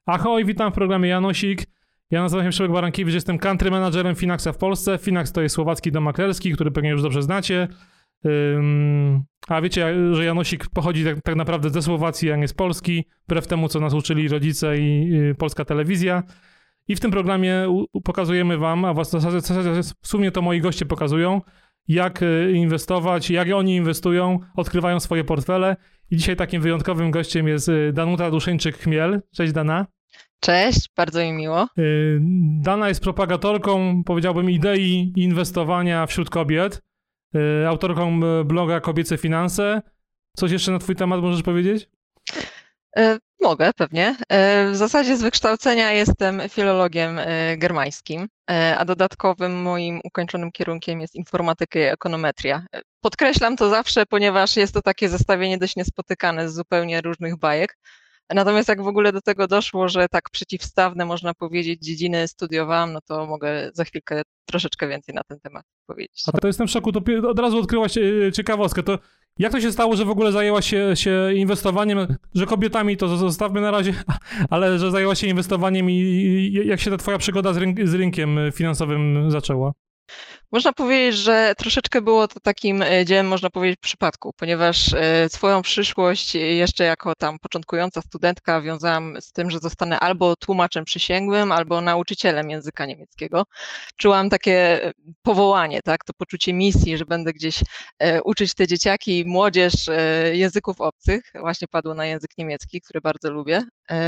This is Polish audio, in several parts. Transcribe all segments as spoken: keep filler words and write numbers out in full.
Ahoj, witam w programie Janosik. Ja nazywam się Przemek Barankiewicz, jestem country managerem Finaxa w Polsce. Finax to jest słowacki dom maklerski, który pewnie już dobrze znacie. Um, a wiecie, że Janosik pochodzi tak, tak naprawdę ze Słowacji, a nie z Polski, wbrew temu, co nas uczyli rodzice i y, polska telewizja. I w tym programie u, pokazujemy wam, a w zasadzie, w zasadzie w sumie to moi goście pokazują, jak inwestować, jak oni inwestują, odkrywają swoje portfele. I dzisiaj takim wyjątkowym gościem jest Danuta Duszyńczyk-Chmiel. Cześć Dana. Cześć, bardzo mi miło. Dana jest propagatorką, powiedziałbym, idei inwestowania wśród kobiet, autorką bloga Kobiece Finanse. Coś jeszcze na twój temat możesz powiedzieć? E, mogę, pewnie. E, w zasadzie z wykształcenia jestem filologiem e, germańskim, e, a dodatkowym moim ukończonym kierunkiem jest informatyka i ekonometria. E, podkreślam to zawsze, ponieważ jest to takie zestawienie dość niespotykane z zupełnie różnych bajek. Natomiast jak w ogóle do tego doszło, że tak przeciwstawne, można powiedzieć, dziedziny studiowałam, no to mogę za chwilkę troszeczkę więcej na ten temat powiedzieć. A to jestem w szoku, to od razu odkryłaś ciekawostkę. To jak to się stało, że w ogóle zajęłaś się, się inwestowaniem, że kobietami to zostawmy na razie, ale że zajęłaś się inwestowaniem i jak się ta twoja przygoda z, rynk, z rynkiem finansowym zaczęła? Można powiedzieć, że troszeczkę było to takim dziełem, można powiedzieć, przypadku, ponieważ swoją przyszłość jeszcze jako tam początkująca studentka wiązałam z tym, że zostanę albo tłumaczem przysięgłym, albo nauczycielem języka niemieckiego. Czułam takie powołanie, tak, to poczucie misji, że będę gdzieś uczyć te dzieciaki, młodzież języków obcych. Właśnie padło na język niemiecki, który bardzo lubię.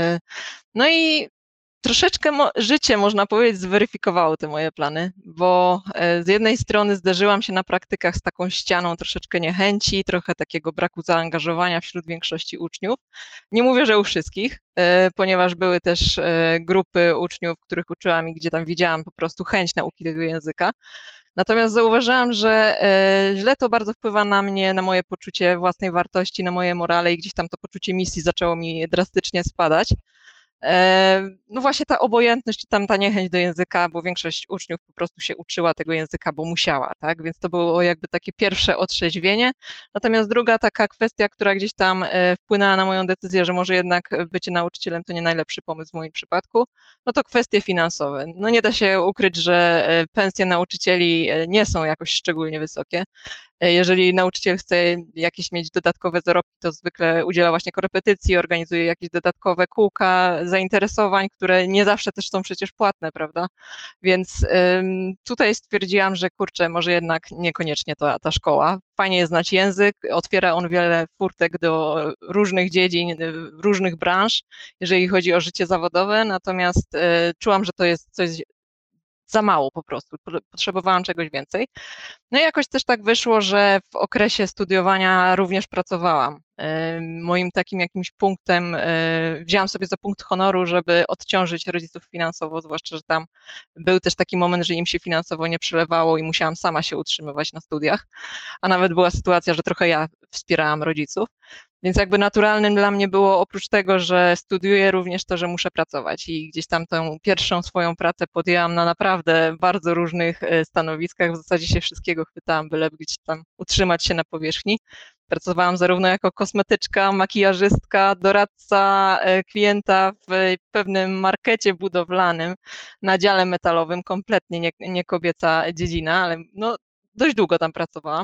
No i troszeczkę mo- życie, można powiedzieć, zweryfikowało te moje plany, bo z jednej strony zderzyłam się na praktykach z taką ścianą troszeczkę niechęci, trochę takiego braku zaangażowania wśród większości uczniów. Nie mówię, że u wszystkich, ponieważ były też grupy uczniów, których uczyłam i gdzie tam widziałam po prostu chęć nauki tego języka. Natomiast zauważyłam, że źle to bardzo wpływa na mnie, na moje poczucie własnej wartości, na moje morale i gdzieś tam to poczucie misji zaczęło mi drastycznie spadać. No właśnie ta obojętność, tam ta niechęć do języka, bo większość uczniów po prostu się uczyła tego języka, bo musiała, tak? Więc to było jakby takie pierwsze otrzeźwienie. Natomiast druga taka kwestia, która gdzieś tam wpłynęła na moją decyzję, że może jednak bycie nauczycielem to nie najlepszy pomysł w moim przypadku, no to kwestie finansowe. No nie da się ukryć, że pensje nauczycieli nie są jakoś szczególnie wysokie. Jeżeli nauczyciel chce jakieś mieć dodatkowe zarobki, to zwykle udziela właśnie korepetycji, organizuje jakieś dodatkowe kółka zainteresowań, które nie zawsze też są przecież płatne, prawda? Więc ym, tutaj stwierdziłam, że kurczę, może jednak niekoniecznie to ta szkoła. Fajnie jest znać język, otwiera on wiele furtek do różnych dziedzin, różnych branż, jeżeli chodzi o życie zawodowe, natomiast y, czułam, że to jest coś za mało po prostu, potrzebowałam czegoś więcej. No i jakoś też tak wyszło, że w okresie studiowania również pracowałam. Moim takim jakimś punktem, wzięłam sobie za punkt honoru, żeby odciążyć rodziców finansowo, zwłaszcza, że tam był też taki moment, że im się finansowo nie przelewało i musiałam sama się utrzymywać na studiach, a nawet była sytuacja, że trochę ja wspierałam rodziców. Więc jakby naturalnym dla mnie było oprócz tego, że studiuję, również to, że muszę pracować i gdzieś tam tę pierwszą swoją pracę podjęłam na naprawdę bardzo różnych stanowiskach, w zasadzie się wszystkiego chwytałam, byle gdzieś tam utrzymać się na powierzchni. Pracowałam zarówno jako kosmetyczka, makijażystka, doradca klienta w pewnym markecie budowlanym na dziale metalowym, kompletnie nie, nie kobieca dziedzina, ale no dość długo tam pracowałam.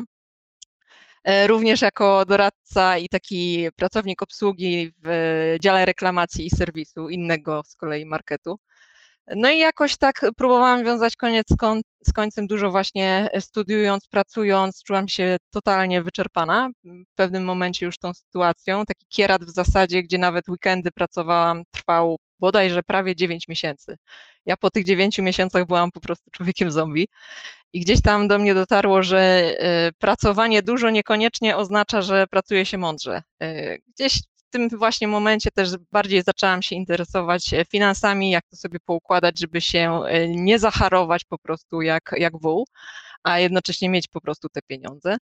Również jako doradca i taki pracownik obsługi w dziale reklamacji i serwisu innego z kolei marketu. No i jakoś tak próbowałam wiązać koniec z końcem, dużo właśnie studiując, pracując, czułam się totalnie wyczerpana w pewnym momencie już tą sytuacją. Taki kierat w zasadzie, gdzie nawet weekendy pracowałam, trwał bodajże prawie dziewięć miesięcy. Ja po tych dziewięciu miesiącach byłam po prostu człowiekiem zombie. I gdzieś tam do mnie dotarło, że pracowanie dużo niekoniecznie oznacza, że pracuje się mądrze. Gdzieś w tym właśnie momencie też bardziej zaczęłam się interesować finansami, jak to sobie poukładać, żeby się nie zacharować po prostu jak, jak wół, a jednocześnie mieć po prostu te pieniądze.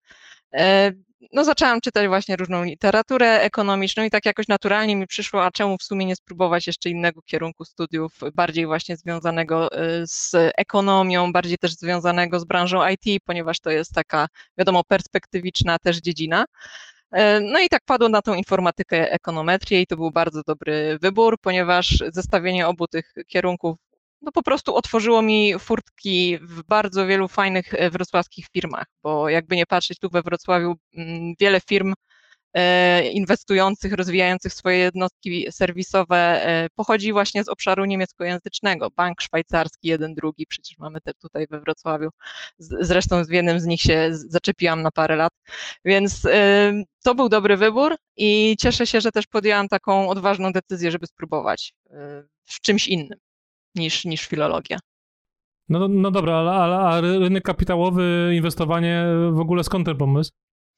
No zaczęłam czytać właśnie różną literaturę ekonomiczną i tak jakoś naturalnie mi przyszło, a czemu w sumie nie spróbować jeszcze innego kierunku studiów, bardziej właśnie związanego z ekonomią, bardziej też związanego z branżą I T, ponieważ to jest taka, wiadomo, perspektywiczna też dziedzina. No i tak padło na tą informatykę, ekonometrię i to był bardzo dobry wybór, ponieważ zestawienie obu tych kierunków no po prostu otworzyło mi furtki w bardzo wielu fajnych wrocławskich firmach, bo jakby nie patrzeć, tu we Wrocławiu wiele firm inwestujących, rozwijających swoje jednostki serwisowe pochodzi właśnie z obszaru niemieckojęzycznego. Bank szwajcarski, jeden, drugi, przecież mamy te tutaj we Wrocławiu. Zresztą z jednym z nich się zaczepiłam na parę lat, więc to był dobry wybór i cieszę się, że też podjęłam taką odważną decyzję, żeby spróbować w czymś innym niż, niż filologia. No, no dobra, ale, ale a rynek kapitałowy, inwestowanie, w ogóle skąd ten pomysł?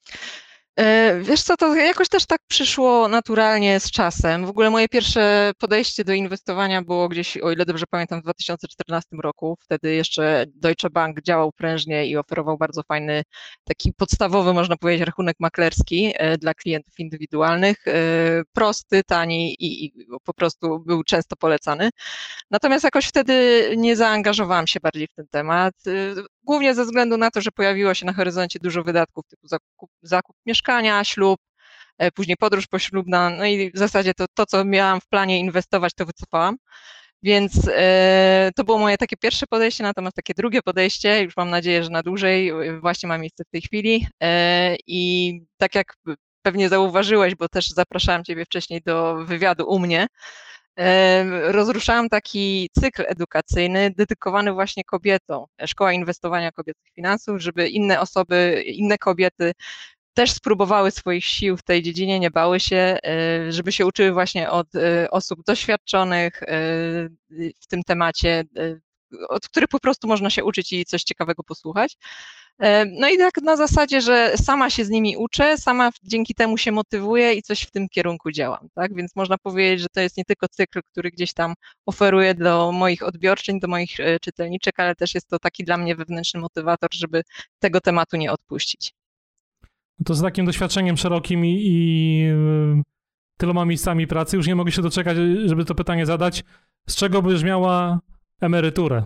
Wiesz co, to jakoś też tak przyszło naturalnie z czasem. W ogóle moje pierwsze podejście do inwestowania było gdzieś, o ile dobrze pamiętam, w dwa tysiące czternastym roku. Wtedy jeszcze Deutsche Bank działał prężnie i oferował bardzo fajny, taki podstawowy, można powiedzieć, rachunek maklerski dla klientów indywidualnych. Prosty, tani i, i po prostu był często polecany. Natomiast jakoś wtedy nie zaangażowałam się bardziej w ten temat. Głównie ze względu na to, że pojawiło się na horyzoncie dużo wydatków typu zakup, zakup mieszkania, ślub, później podróż poślubna, no i w zasadzie to, to co miałam w planie inwestować, to wycofałam. Więc e, to było moje takie pierwsze podejście, natomiast takie drugie podejście, już mam nadzieję, że na dłużej, właśnie ma miejsce w tej chwili. E, I tak jak pewnie zauważyłeś, bo też zapraszałam Ciebie wcześniej do wywiadu u mnie, rozruszałam taki cykl edukacyjny dedykowany właśnie kobietom, Szkoła Inwestowania Kobiecych Finansów, żeby inne osoby, inne kobiety też spróbowały swoich sił w tej dziedzinie, nie bały się, żeby się uczyły właśnie od osób doświadczonych w tym temacie, od których po prostu można się uczyć i coś ciekawego posłuchać. No i tak na zasadzie, że sama się z nimi uczę, sama dzięki temu się motywuję i coś w tym kierunku działam, tak? Więc można powiedzieć, że to jest nie tylko cykl, który gdzieś tam oferuję do moich odbiorczyń, do moich czytelniczek, ale też jest to taki dla mnie wewnętrzny motywator, żeby tego tematu nie odpuścić. To z takim doświadczeniem szerokim i, i tyloma miejscami pracy już nie mogę się doczekać, żeby to pytanie zadać. Z czego byś miała emeryturę?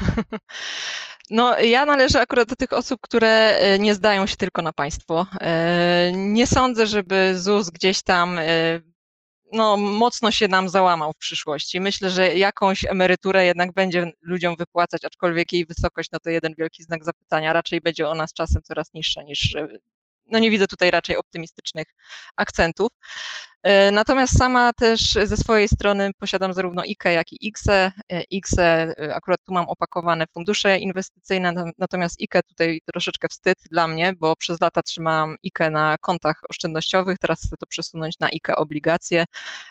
No, ja należę akurat do tych osób, które nie zdają się tylko na państwo. Nie sądzę, żeby ZUS gdzieś tam no, mocno się nam załamał w przyszłości. Myślę, że jakąś emeryturę jednak będzie ludziom wypłacać, aczkolwiek jej wysokość, no to jeden wielki znak zapytania. Raczej będzie ona z czasem coraz niższa niż, no nie widzę tutaj raczej optymistycznych akcentów. Natomiast sama też ze swojej strony posiadam zarówno I K E, jak i I K S E. I K S E, akurat tu mam opakowane fundusze inwestycyjne, natomiast I K E tutaj troszeczkę wstyd dla mnie, bo przez lata trzymałam I K E na kontach oszczędnościowych, teraz chcę to przesunąć na I K E obligacje.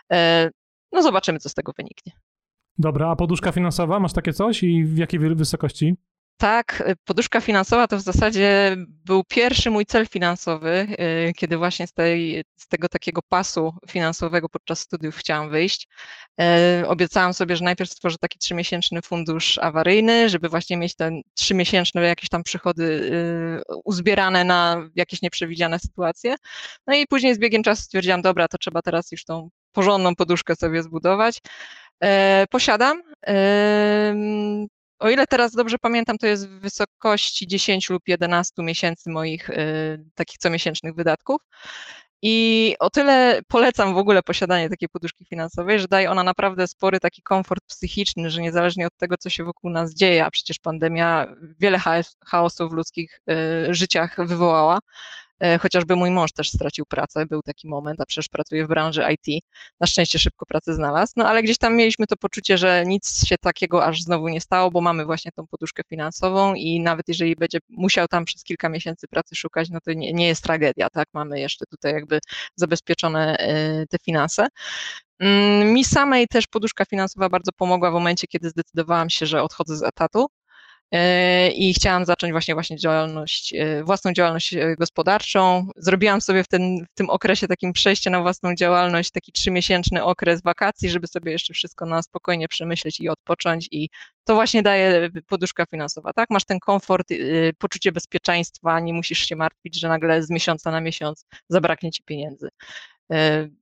No zobaczymy, co z tego wyniknie. Dobra, a poduszka finansowa, masz takie coś i w jakiej wysokości? Tak, poduszka finansowa to w zasadzie był pierwszy mój cel finansowy, kiedy właśnie z, tej, z tego takiego pasu finansowego podczas studiów chciałam wyjść. Obiecałam sobie, że najpierw stworzę taki trzymiesięczny fundusz awaryjny, żeby właśnie mieć te trzymiesięczne jakieś tam przychody uzbierane na jakieś nieprzewidziane sytuacje. No i później z biegiem czasu stwierdziłam, dobra, to trzeba teraz już tą porządną poduszkę sobie zbudować. Posiadam. O ile teraz dobrze pamiętam, to jest w wysokości dziesięć lub jedenaście miesięcy moich y, takich comiesięcznych wydatków. I o tyle polecam w ogóle posiadanie takiej poduszki finansowej, że daje ona naprawdę spory taki komfort psychiczny, że niezależnie od tego, co się wokół nas dzieje, a przecież pandemia wiele chaosu w ludzkich y, życiach wywołała, chociażby mój mąż też stracił pracę, był taki moment, a przecież pracuje w branży I T, na szczęście szybko pracę znalazł, no ale gdzieś tam mieliśmy to poczucie, że nic się takiego aż znowu nie stało, bo mamy właśnie tą poduszkę finansową i nawet jeżeli będzie musiał tam przez kilka miesięcy pracy szukać, no to nie, nie jest tragedia, tak, mamy jeszcze tutaj jakby zabezpieczone te finanse. Mi samej też poduszka finansowa bardzo pomogła w momencie, kiedy zdecydowałam się, że odchodzę z etatu. I chciałam zacząć właśnie, właśnie działalność, własną działalność gospodarczą. Zrobiłam sobie w, ten, w tym okresie takim przejście na własną działalność, taki trzymiesięczny okres wakacji, żeby sobie jeszcze wszystko na spokojnie przemyśleć i odpocząć i to właśnie daje poduszka finansowa, tak? Masz ten komfort, poczucie bezpieczeństwa, nie musisz się martwić, że nagle z miesiąca na miesiąc zabraknie ci pieniędzy.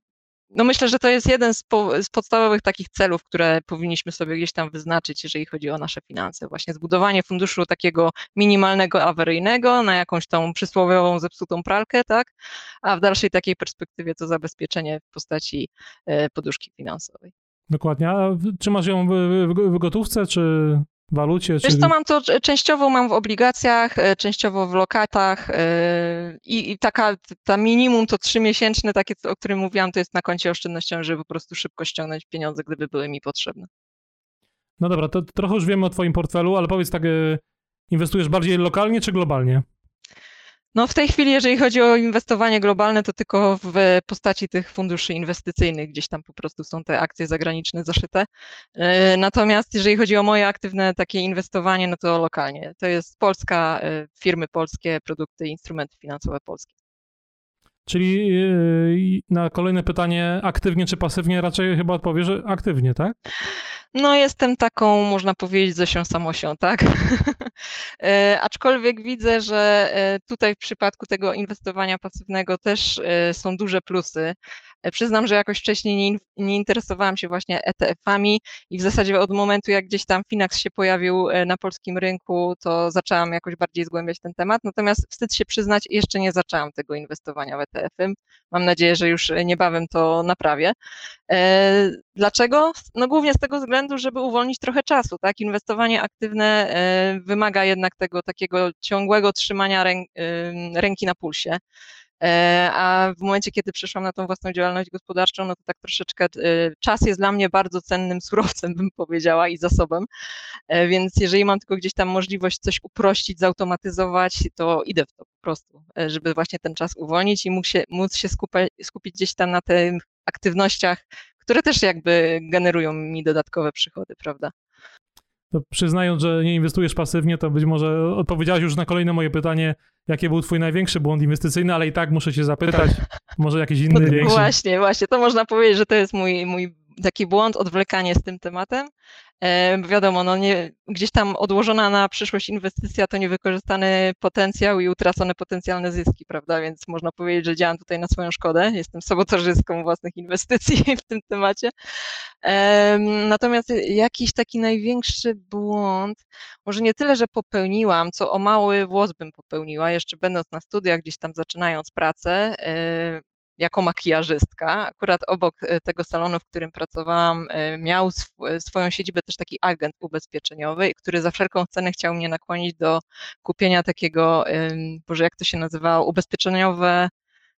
no myślę, że to jest jeden z, po, z podstawowych takich celów, które powinniśmy sobie gdzieś tam wyznaczyć, jeżeli chodzi o nasze finanse. Właśnie zbudowanie funduszu takiego minimalnego, awaryjnego na jakąś tą przysłowiową zepsutą pralkę, tak? A w dalszej takiej perspektywie to zabezpieczenie w postaci poduszki finansowej. Dokładnie. A trzymasz ją w, w, w gotówce, czy w walucie? Wiesz czy... co, mam to częściowo mam w obligacjach, częściowo w lokatach i, i taka ta minimum to trzymiesięczne, takie, o którym mówiłam, to jest na koncie oszczędnościowym, żeby po prostu szybko ściągnąć pieniądze, gdyby były mi potrzebne. No dobra, to trochę już wiemy o twoim portfelu, ale powiedz tak, inwestujesz bardziej lokalnie czy globalnie? No w tej chwili, jeżeli chodzi o inwestowanie globalne, to tylko w postaci tych funduszy inwestycyjnych, gdzieś tam po prostu są te akcje zagraniczne zaszyte. Natomiast jeżeli chodzi o moje aktywne takie inwestowanie, no to lokalnie. To jest Polska, firmy polskie, produkty, instrumenty finansowe polskie. Czyli na kolejne pytanie, aktywnie czy pasywnie, raczej chyba odpowiesz, że aktywnie, tak? No jestem taką, można powiedzieć, Zosią Samosią, tak? Aczkolwiek widzę, że tutaj w przypadku tego inwestowania pasywnego też są duże plusy. Przyznam, że jakoś wcześniej nie, nie interesowałam się właśnie E T F-ami i w zasadzie od momentu, jak gdzieś tam Finax się pojawił na polskim rynku, to zaczęłam jakoś bardziej zgłębiać ten temat. Natomiast wstyd się przyznać, jeszcze nie zaczęłam tego inwestowania w E T F-y. Mam nadzieję, że już niebawem to naprawię. Dlaczego? No głównie z tego względu, żeby uwolnić trochę czasu, tak? Inwestowanie aktywne wymaga jednak tego takiego ciągłego trzymania ręki na pulsie. A w momencie, kiedy przeszłam na tą własną działalność gospodarczą, no to tak troszeczkę czas jest dla mnie bardzo cennym surowcem, bym powiedziała, i zasobem, więc jeżeli mam tylko gdzieś tam możliwość coś uprościć, zautomatyzować, to idę w to po prostu, żeby właśnie ten czas uwolnić i móc się, móc się skupić, skupić gdzieś tam na tych aktywnościach, które też jakby generują mi dodatkowe przychody, prawda? To przyznając, że nie inwestujesz pasywnie, to być może odpowiedziałaś już na kolejne moje pytanie, jaki był twój największy błąd inwestycyjny, ale i tak muszę się zapytać, może jakiś inny, no, większy. Właśnie, właśnie, to można powiedzieć, że to jest mój, mój taki błąd, odwlekanie z tym tematem. E, wiadomo, no nie, gdzieś tam odłożona na przyszłość inwestycja to niewykorzystany potencjał i utracone potencjalne zyski, prawda? Więc można powiedzieć, że działam tutaj na swoją szkodę. Jestem sabotażystką własnych inwestycji w tym temacie. E, natomiast jakiś taki największy błąd, może nie tyle, że popełniłam, co o mały włos bym popełniła, jeszcze będąc na studiach, gdzieś tam zaczynając pracę, e, jako makijażystka. Akurat obok tego salonu, w którym pracowałam, miał sw- swoją siedzibę też taki agent ubezpieczeniowy, który za wszelką cenę chciał mnie nakłonić do kupienia takiego, Boże, jak to się nazywało, ubezpieczeniowe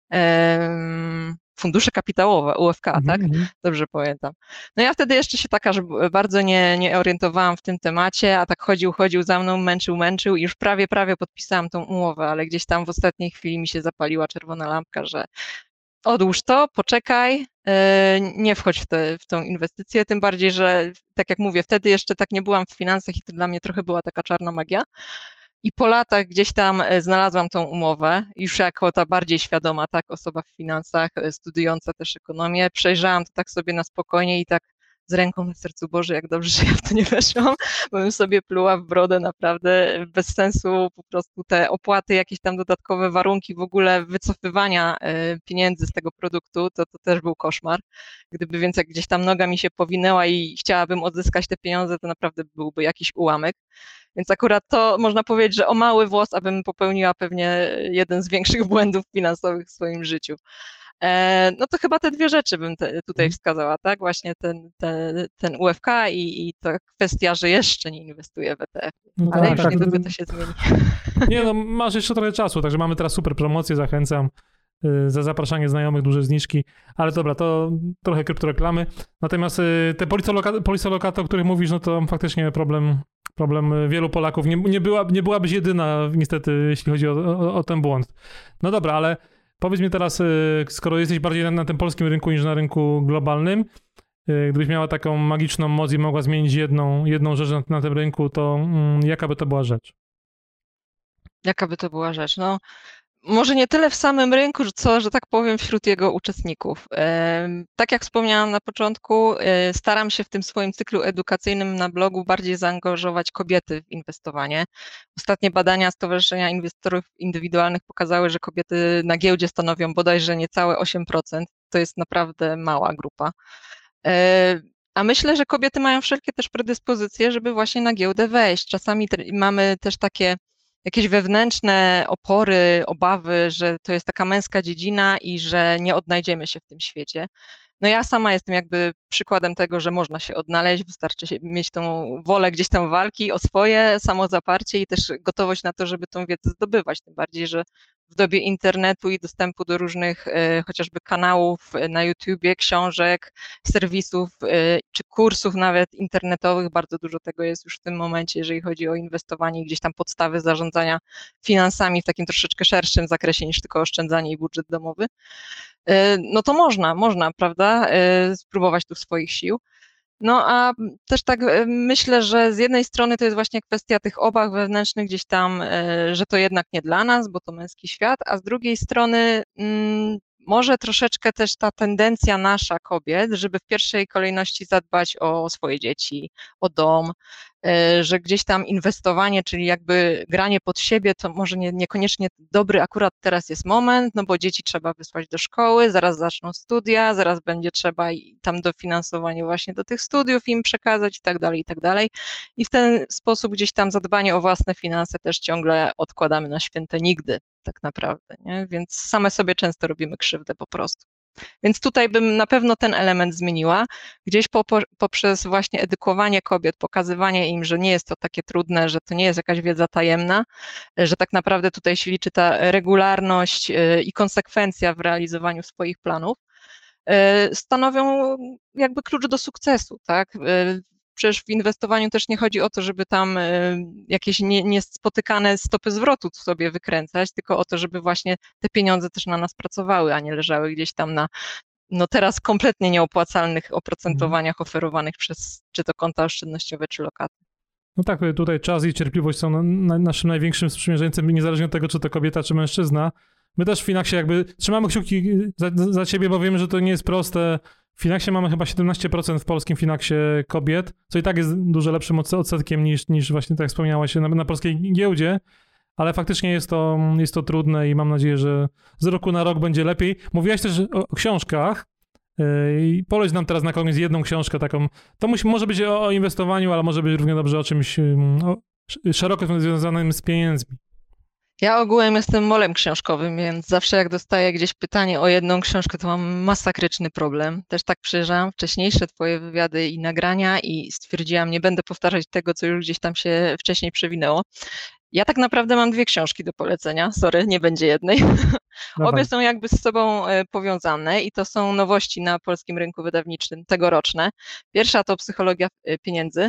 fundusze kapitałowe, U F K, mm-hmm. tak? Dobrze pamiętam. No ja wtedy jeszcze się taka, że bardzo nie, nie orientowałam w tym temacie, a tak chodził, chodził za mną, męczył, męczył i już prawie, prawie podpisałam tą umowę, ale gdzieś tam w ostatniej chwili mi się zapaliła czerwona lampka, że odłóż to, poczekaj, nie wchodź w, te, w tą inwestycję, tym bardziej, że tak jak mówię, wtedy jeszcze tak nie byłam w finansach i to dla mnie trochę była taka czarna magia. I po latach gdzieś tam znalazłam tą umowę, już jako ta bardziej świadoma tak osoba w finansach, studiująca też ekonomię, przejrzałam to tak sobie na spokojnie i tak z ręką na sercu, Boże, jak dobrze, że ja w to nie weszłam, bo bym sobie pluła w brodę naprawdę bez sensu, po prostu te opłaty, jakieś tam dodatkowe warunki w ogóle wycofywania pieniędzy z tego produktu, to, to też był koszmar. Gdyby więc jak gdzieś tam noga mi się powinęła i chciałabym odzyskać te pieniądze, to naprawdę byłby jakiś ułamek. Więc akurat to można powiedzieć, że o mały włos, abym popełniła pewnie jeden z większych błędów finansowych w swoim życiu. No to chyba te dwie rzeczy bym te, tutaj wskazała, tak? Właśnie ten, ten, ten U F K i, i ta kwestia, że jeszcze nie inwestuję w E T F. No ale tak, już tak, niedługo to... to się zmieni. Nie no, masz jeszcze trochę czasu, także mamy teraz super promocję, zachęcam za zapraszanie znajomych, duże zniżki, ale dobra, to trochę kryptoreklamy. Natomiast te polisy lokaty, o których mówisz, no to faktycznie problem, problem wielu Polaków. Nie, nie, była, nie byłabyś jedyna niestety, jeśli chodzi o, o, o ten błąd. No dobra, ale powiedz mi teraz, skoro jesteś bardziej na, na tym polskim rynku niż na rynku globalnym, gdybyś miała taką magiczną moc i mogła zmienić jedną, jedną rzecz na, na tym rynku, to mm, jaka by to była rzecz? Jaka by to była rzecz? No, może nie tyle w samym rynku, co, że tak powiem, wśród jego uczestników. Tak jak wspomniałam na początku, staram się w tym swoim cyklu edukacyjnym na blogu bardziej zaangażować kobiety w inwestowanie. Ostatnie badania Stowarzyszenia Inwestorów Indywidualnych pokazały, że kobiety na giełdzie stanowią bodajże niecałe osiem procent to jest naprawdę mała grupa. A myślę, że kobiety mają wszelkie też predyspozycje, żeby właśnie na giełdę wejść. Czasami te, mamy też takie jakieś wewnętrzne opory, obawy, że to jest taka męska dziedzina i że nie odnajdziemy się w tym świecie. No ja sama jestem jakby przykładem tego, że można się odnaleźć, wystarczy się, mieć tą wolę gdzieś tam walki o swoje, samozaparcie i też gotowość na to, żeby tą wiedzę zdobywać. Tym bardziej, że w dobie internetu i dostępu do różnych e, chociażby kanałów na YouTubie, książek, serwisów e, czy kursów nawet internetowych, bardzo dużo tego jest już w tym momencie, jeżeli chodzi o inwestowanie i gdzieś tam podstawy zarządzania finansami w takim troszeczkę szerszym zakresie niż tylko oszczędzanie i budżet domowy. No to można, można, prawda, spróbować tu swoich sił. No a też tak myślę, że z jednej strony to jest właśnie kwestia tych obaw wewnętrznych gdzieś tam, że to jednak nie dla nas, bo to męski świat, a z drugiej strony mm, może troszeczkę też ta tendencja nasza kobiet, żeby w pierwszej kolejności zadbać o swoje dzieci, o dom, że gdzieś tam inwestowanie, czyli jakby granie pod siebie, to może nie, niekoniecznie dobry akurat teraz jest moment, no bo dzieci trzeba wysłać do szkoły, zaraz zaczną studia, zaraz będzie trzeba i tam dofinansowanie właśnie do tych studiów im przekazać i tak dalej, i tak dalej. I w ten sposób gdzieś tam zadbanie o własne finanse też ciągle odkładamy na święte nigdy, tak naprawdę, nie? Więc same sobie często robimy krzywdę po prostu. Więc tutaj bym na pewno ten element zmieniła, gdzieś po, po, poprzez właśnie edukowanie kobiet, pokazywanie im, że nie jest to takie trudne, że to nie jest jakaś wiedza tajemna, że tak naprawdę tutaj się liczy ta regularność i konsekwencja w realizowaniu swoich planów, stanowią jakby klucz do sukcesu, tak? Przecież w inwestowaniu też nie chodzi o to, żeby tam jakieś nie, niespotykane stopy zwrotu sobie wykręcać, tylko o to, żeby właśnie te pieniądze też na nas pracowały, a nie leżały gdzieś tam na no teraz kompletnie nieopłacalnych oprocentowaniach mhm. oferowanych przez czy to konta oszczędnościowe, czy lokaty. No tak, tutaj czas i cierpliwość są na, na naszym największym sprzymierzeńcem, niezależnie od tego, czy to kobieta, czy mężczyzna. My też w Finaxie jakby trzymamy kciuki za, za ciebie, bo wiemy, że to nie jest proste. W Finaxie mamy chyba siedemnaście procent w polskim Finaxie kobiet, co i tak jest dużo lepszym odsetkiem niż, niż właśnie tak jak wspomniałaś na, na polskiej giełdzie, ale faktycznie jest to, jest to trudne i mam nadzieję, że z roku na rok będzie lepiej. Mówiłaś też o, o książkach i poleć nam teraz na koniec jedną książkę taką. To musi, może być o, o inwestowaniu, ale może być równie dobrze o czymś o, szeroko związanym z pieniędzmi. Ja ogółem jestem molem książkowym, więc zawsze jak dostaję gdzieś pytanie o jedną książkę, to mam masakryczny problem. Też tak przejrzałam wcześniejsze twoje wywiady i nagrania i stwierdziłam, nie będę powtarzać tego, co już gdzieś tam się wcześniej przewinęło. Ja tak naprawdę mam dwie książki do polecenia, sorry, nie będzie jednej. Obie są jakby z sobą powiązane i to są nowości na polskim rynku wydawniczym tegoroczne. Pierwsza to Psychologia pieniędzy.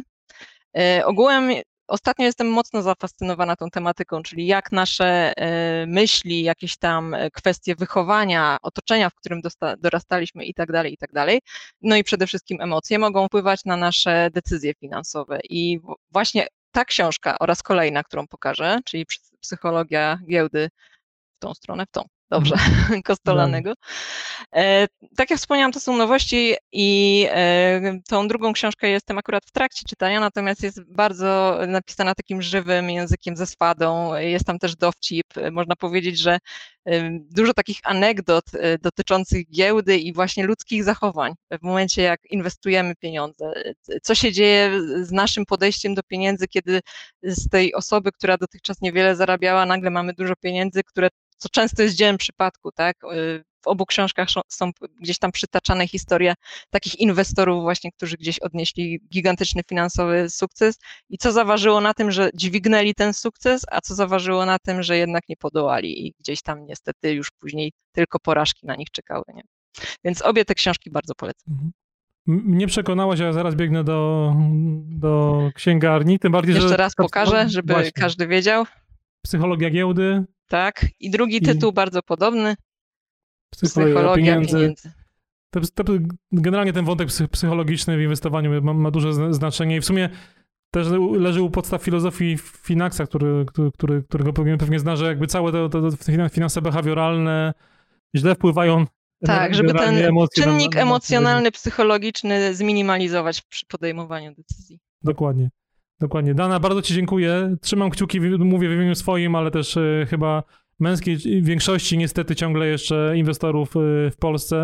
Ogółem ostatnio jestem mocno zafascynowana tą tematyką, czyli jak nasze myśli, jakieś tam kwestie wychowania, otoczenia, w którym dorastaliśmy i tak dalej, i tak dalej, no i przede wszystkim emocje mogą wpływać na nasze decyzje finansowe. I właśnie ta książka oraz kolejna, którą pokażę, czyli Psychologia giełdy w tą stronę, w tą, dobrze, Kostolanego. E, tak jak wspomniałam, to są nowości i e, tą drugą książkę jestem akurat w trakcie czytania, natomiast jest bardzo napisana takim żywym językiem ze swadą, jest tam też dowcip, można powiedzieć, że e, dużo takich anegdot e, dotyczących giełdy i właśnie ludzkich zachowań w momencie, jak inwestujemy pieniądze. Co się dzieje z naszym podejściem do pieniędzy, kiedy z tej osoby, która dotychczas niewiele zarabiała, nagle mamy dużo pieniędzy, które co często jest dziełem przypadku, tak? W obu książkach są gdzieś tam przytaczane historie takich inwestorów właśnie, którzy gdzieś odnieśli gigantyczny finansowy sukces i co zaważyło na tym, że dźwignęli ten sukces, a co zaważyło na tym, że jednak nie podołali i gdzieś tam niestety już później tylko porażki na nich czekały, nie? Więc obie te książki bardzo polecam. Mhm. Mnie przekonałaś, ja zaraz biegnę do, do księgarni, tym bardziej, Jeszcze że... raz pokażę, żeby właśnie każdy wiedział. Psychologia giełdy. Tak, i drugi I... tytuł bardzo podobny. Psychologia, Psychologia pieniędzy. pieniędzy. To, to, generalnie ten wątek psychologiczny w inwestowaniu ma, ma duże znaczenie i w sumie też leży u podstaw filozofii Finaxa, który, który, który, którego pewnie, pewnie zna, że jakby całe te, te, te finanse behawioralne źle wpływają. Tak, żeby ten czynnik na, na emocjonalny, psychologiczny zminimalizować przy podejmowaniu decyzji. Dokładnie. Dokładnie. Dana, bardzo ci dziękuję. Trzymam kciuki, mówię w imieniu swoim, ale też y, chyba męskiej większości niestety ciągle jeszcze inwestorów y, w Polsce,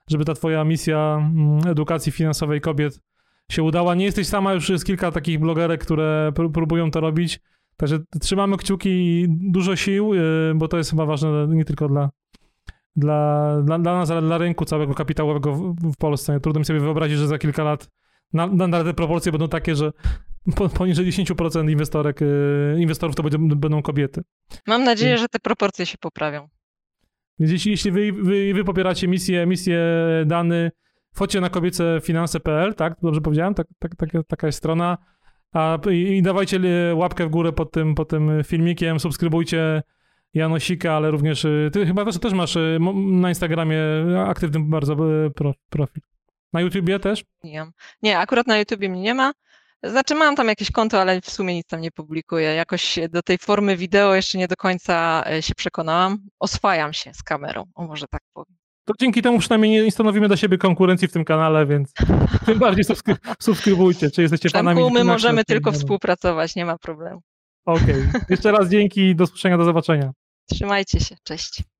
żeby ta twoja misja edukacji finansowej kobiet się udała. Nie jesteś sama, już jest kilka takich blogerek, które pró- próbują to robić. Także trzymamy kciuki i dużo sił, bo to jest chyba ważne nie tylko dla, dla, dla, dla nas, ale dla rynku całego kapitałowego w, w Polsce. Trudno mi sobie wyobrazić, że za kilka lat na, na te proporcje będą takie, że poniżej dziesięć procent inwestorek, inwestorów to będą, będą kobiety. Mam nadzieję, że te proporcje się poprawią. Więc jeśli, jeśli wy, wy, wy popieracie misję, misję Dany, wchodźcie na kobiecefinanse kropka p l, tak? Dobrze powiedziałem? Tak, tak, tak, taka jest strona. A, i, I dawajcie łapkę w górę pod tym, pod tym filmikiem, subskrybujcie Janosika, ale również ty chyba też, też masz na Instagramie aktywny bardzo profil. Na YouTubie też? Nie, nie, akurat na YouTubie mnie nie ma. Znaczy mam tam jakieś konto, ale w sumie nic tam nie publikuję. Jakoś do tej formy wideo jeszcze nie do końca się przekonałam. Oswajam się z kamerą, o może tak powiem. To dzięki temu przynajmniej nie stanowimy dla siebie konkurencji w tym kanale, więc tym bardziej subskry- subskrybujcie, czy jesteście fanami. Przemku, my możemy tylko współpracować, nie ma problemu. Okej, okay. Jeszcze raz dzięki, do usłyszenia, do zobaczenia. Trzymajcie się, cześć.